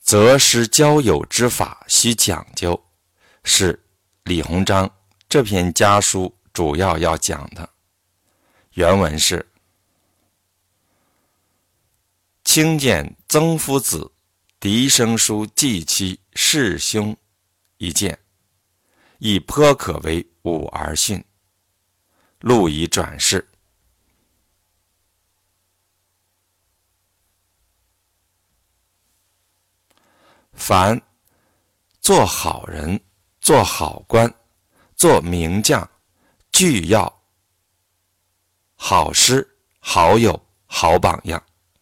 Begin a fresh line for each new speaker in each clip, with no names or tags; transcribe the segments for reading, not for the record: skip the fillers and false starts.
择师交友之法须讲究，是李鸿章这篇家书主要讲的。原文是：卿见曾夫子嫡生书继妻世兄一件，亦颇可为武而训，录以转世。凡做好人、做好官、做名将，俱要好师、好友、好榜样。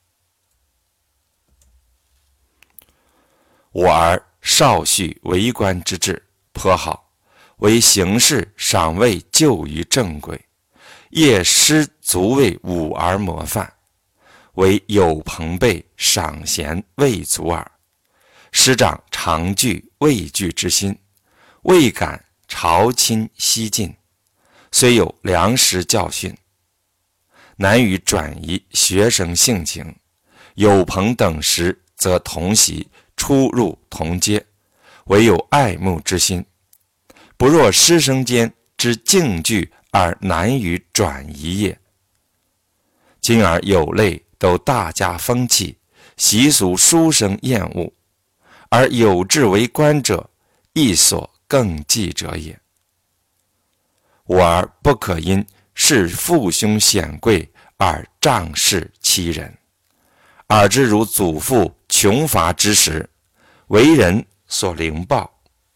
我儿少叙为官之志颇好，为行事尚未就于正轨，业师足为武而模范，唯有朋辈赏贤未足耳。师长常具畏惧之心，未敢朝亲西进，虽有良师教训，难于转移学生性情。有朋等时则同席，出入同阶，唯有爱慕之心，不若师生间之竞聚而难于转移也。今而有类都大家风气，习俗书生厌恶，而有志为官者，亦所更忌者也。我儿不可因是父兄显贵而仗势欺人，尔之如祖父穷乏之时，为人所凌暴，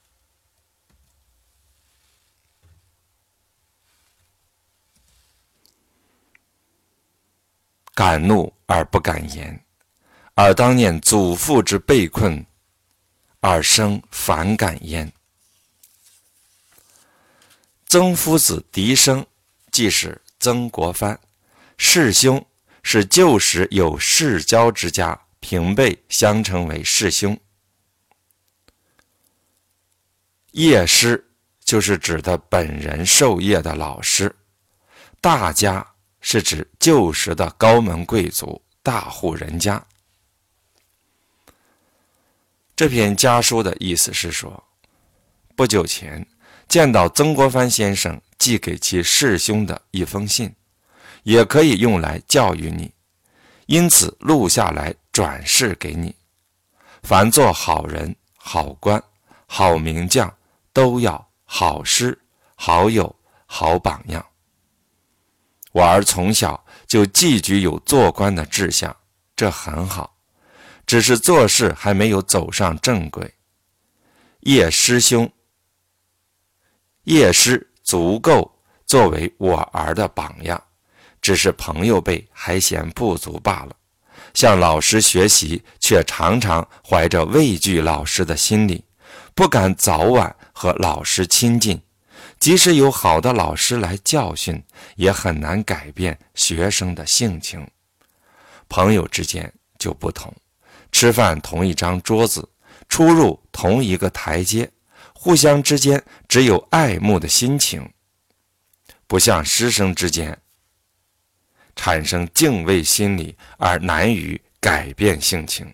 敢怒而不敢言，而当念祖父之被困，而生反感焉。曾夫子嫡生即是曾国藩，世兄是旧时有世交之家，平辈相称为世兄。业师就是指的本人授业的老师，大家是指旧时的高门贵族、大户人家。这篇家书的意思是说，不久前见到曾国藩先生寄给其世兄的一封信，也可以用来教育你，因此录下来转世给你。凡做好人、好官、好名将，都要好师、好友、好榜样。我儿从小就寄居有做官的志向，这很好，只是做事还没有走上正轨。业师足够作为我儿的榜样，只是朋友辈还嫌不足罢了。向老师学习，却常常怀着畏惧老师的心理，不敢早晚和老师亲近。即使有好的老师来教训，也很难改变学生的性情。朋友之间就不同，吃饭同一张桌子，出入同一个台阶，互相之间只有爱慕的心情，不像师生之间产生敬畏心理而难于改变性情。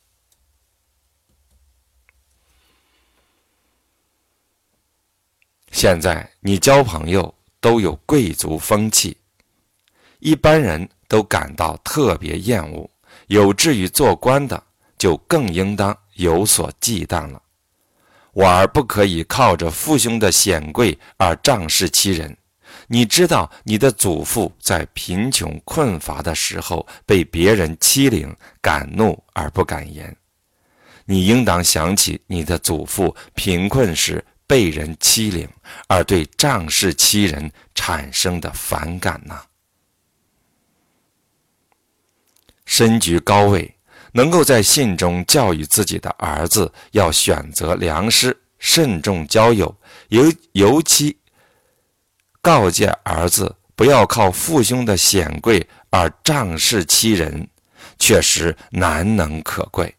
现在你交朋友都有贵族风气，一般人都感到特别厌恶，有志于做官的就更应当有所忌惮了。我儿不可以靠着父兄的显贵而仗势欺人。你知道你的祖父在贫穷困乏的时候被别人欺凌，敢怒而不敢言。你应当想起你的祖父贫困时被人欺凌，而对仗势欺人产生的反感呐。身居高位，能够在信中教育自己的儿子要选择良师，慎重交友，尤其告诫儿子不要靠父兄的显贵而仗势欺人，确实难能可贵。